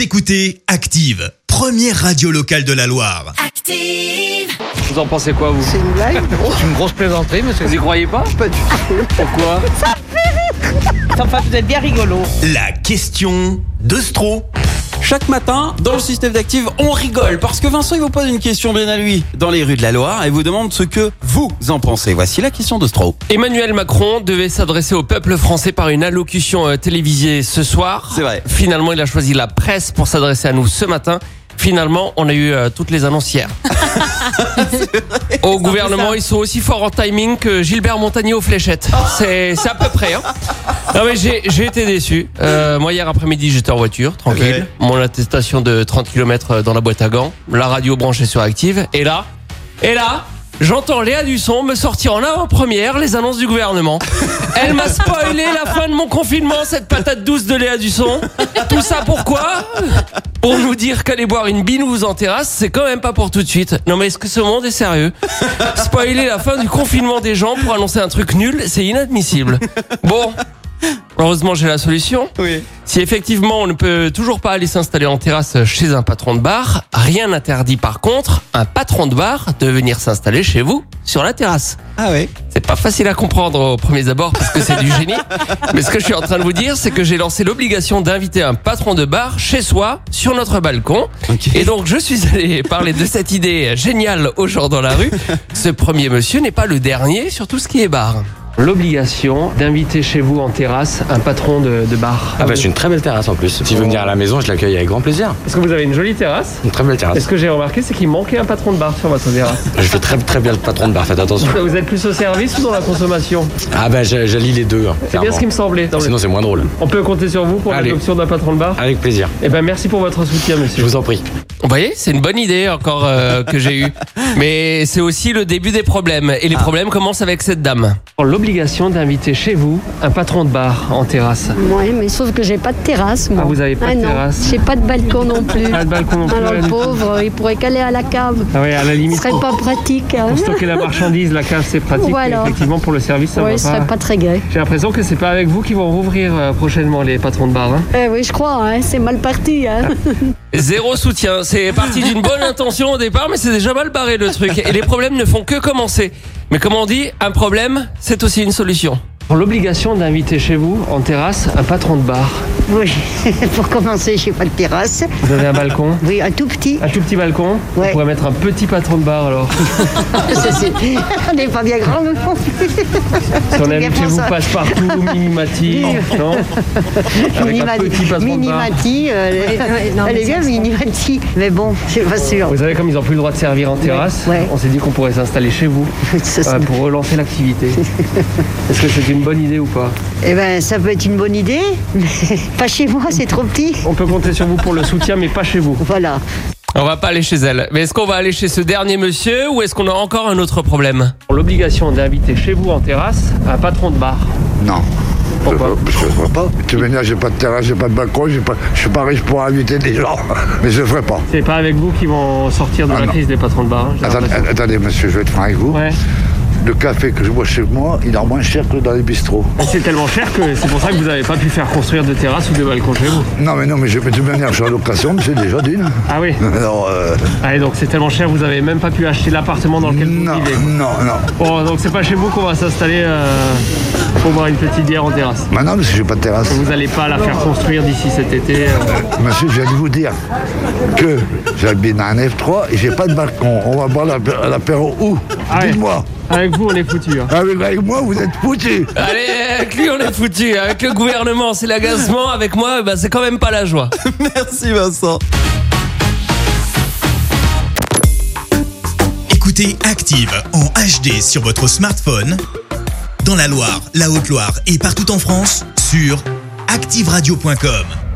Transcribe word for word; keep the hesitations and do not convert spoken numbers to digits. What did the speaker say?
Vous écoutez Active, première radio locale de la Loire. Active! Vous en pensez quoi, vous? C'est une blague? C'est une grosse plaisanterie, monsieur. Vous y croyez pas? Pas du tout. Pourquoi? Enfin, vous êtes bien rigolo. La question de Stro. Chaque matin, dans le système d'Active, on rigole parce que Vincent il vous pose une question bien à lui dans les rues de la Loire et vous demande ce que vous en pensez. Voici la question de Stro. Emmanuel Macron devait s'adresser au peuple français par une allocution euh, télévisée ce soir. C'est vrai. Finalement, il a choisi la presse pour s'adresser à nous ce matin. Finalement, on a eu euh, toutes les annonces hier. Au gouvernement, ils sont aussi forts en timing que Gilbert Montagnier aux fléchettes. C'est, c'est à peu près. Hein. Non mais j'ai, j'ai été déçu. Euh, moi hier après-midi, j'étais en voiture, tranquille. Ouais. Mon attestation de trente kilomètres dans la boîte à gants. La radio branchée sur Active. Et là, et là, j'entends Léa Dusson me sortir en avant-première les annonces du gouvernement. Elle m'a spoilé la fin de mon confinement, cette patate douce de Léa Dusson. Tout ça pourquoi ? Pour nous dire qu'aller boire une binouse en terrasse, c'est quand même pas pour tout de suite. Non mais est-ce que ce monde est sérieux ? Spoiler la fin du confinement des gens pour annoncer un truc nul, c'est inadmissible. Bon, heureusement j'ai la solution. Oui. Si effectivement on ne peut toujours pas aller s'installer en terrasse chez un patron de bar, rien n'interdit par contre un patron de bar de venir s'installer chez vous sur la terrasse. Ah ouais. C'est pas facile à comprendre au premier abord parce que c'est du génie. Mais ce que je suis en train de vous dire, c'est que j'ai lancé l'obligation d'inviter un patron de bar chez soi sur notre balcon. Ok. Et donc je suis allé parler de cette idée géniale aux gens dans la rue. Ce premier monsieur n'est pas le dernier sur tout ce qui est bar. L'obligation d'inviter chez vous en terrasse un patron de, de bar. Ah bah c'est une très belle terrasse en plus. S'il veut venir à la maison, je l'accueille avec grand plaisir. Est-ce que vous avez une jolie terrasse ? Une très belle terrasse. Et ce que j'ai remarqué, c'est qu'il manquait un patron de bar sur votre terrasse. Je fais très très bien le patron de bar, faites attention. Vous êtes plus au service ou dans la consommation ? Ah bah je- j'allie les deux. hein, C'est bien clairement. ce qui me semblait. Non, mais Sinon c'est moins drôle. on peut compter sur vous pour Allez. l'adoption d'un patron de bar ? Avec plaisir. Eh ben merci pour votre soutien, Je monsieur. vous en prie. Vous voyez, c'est une bonne idée encore euh, que j'ai eue. Mais c'est aussi le début des problèmes. Et les problèmes commencent avec cette dame. L'obligation d'inviter chez vous un patron de bar en terrasse. Oui, mais sauf que j'ai pas de terrasse, moi. Ah, vous avez pas de non. terrasse. J'ai pas de balcon non plus. Pas de balcon non plus. Alors rien le du tout. pauvre, il pourrait qu'aller à la cave. Ah ouais, à la Ce limite. serait pas pratique. Hein. Pour stocker la marchandise, la cave c'est pratique. Voilà. Mais effectivement, pour le service, ça Oui, va ce pas. serait pas très gai. J'ai l'impression que c'est pas avec vous qu'ils vont rouvrir euh, prochainement les patrons de bar. Hein. Eh oui, je crois, hein, c'est mal parti. Hein. Zéro soutien. C'est parti d'une bonne intention au départ, mais c'est déjà mal barré le truc. Et les problèmes ne font que commencer. Mais comme on dit, un problème, c'est aussi une solution. Pour l'obligation d'inviter chez vous, en terrasse, un patron de bar. Oui, pour commencer, j'ai pas de terrasse. Vous avez un balcon ? Oui, un tout petit. Un tout petit balcon ? Ouais. On pourrait mettre un petit patron de bar alors. Ça, c'est- On n'est pas bien grand, nous. Si on bien invite chez pour vous ça. passe-partout, Minimati, non ? Avec un petit patron de bar. Minimati, euh, elle, non, elle mais est bien ça, Minimati. Mais bon, c'est pas sûr. Vous savez, comme ils n'ont plus le droit de servir en terrasse, Ouais. on s'est dit qu'on pourrait s'installer chez vous Ça, euh, c'est- pour relancer l'activité. Est-ce que c'est une bonne idée ou pas ? Eh ben, ça peut être une bonne idée, mais pas chez moi, c'est trop petit. On peut compter sur vous pour le soutien, mais pas chez vous. Voilà. On va pas aller chez elle. Mais est-ce qu'on va aller chez ce dernier monsieur ou est-ce qu'on a encore un autre problème ? L'obligation d'inviter chez vous en terrasse un patron de bar. Non. Pourquoi ? Je ne ferai pas. Tu veux dire, j'ai pas de terrasse, j'ai pas de balcon, j'ai pas, je suis pas riche pour inviter des gens. Mais je ne ferai pas. C'est pas avec vous qu'ils vont sortir de Ah la non. crise des patrons de bar. hein, j'ai Attendez, l'impression. attendez, monsieur, je vais être franc avec vous. Ouais. Le café que je bois chez moi, il est moins cher que dans les bistrots. Et c'est tellement cher que c'est pour ça que vous n'avez pas pu faire construire de terrasse ou de balcon chez vous. Non, mais non, mais je vais de manière, je suis en location, mais c'est déjà d'une. Ah oui. Alors, euh, Allez, donc c'est tellement cher, vous n'avez même pas pu acheter l'appartement dans lequel vous non, vivez. non, non. Bon, donc c'est pas chez vous qu'on va s'installer euh, pour boire une petite bière en terrasse. Maintenant, parce que j'ai pas de terrasse. Vous n'allez pas la faire construire d'ici cet été. euh. Monsieur, je viens de vous dire que j'habite dans un F trois et j'ai pas de balcon. On va boire l'apé- l'apéro où Ah ouais. Dites-moi. Avec vous, on est foutus. Hein. Avec, avec moi, vous êtes foutus. Allez, avec lui, on est foutus. Avec le gouvernement, c'est l'agacement. Avec moi, bah, c'est quand même pas la joie. Merci Vincent. Écoutez Active en H D sur votre smartphone, dans la Loire, la Haute-Loire et partout en France, sur active radio point com.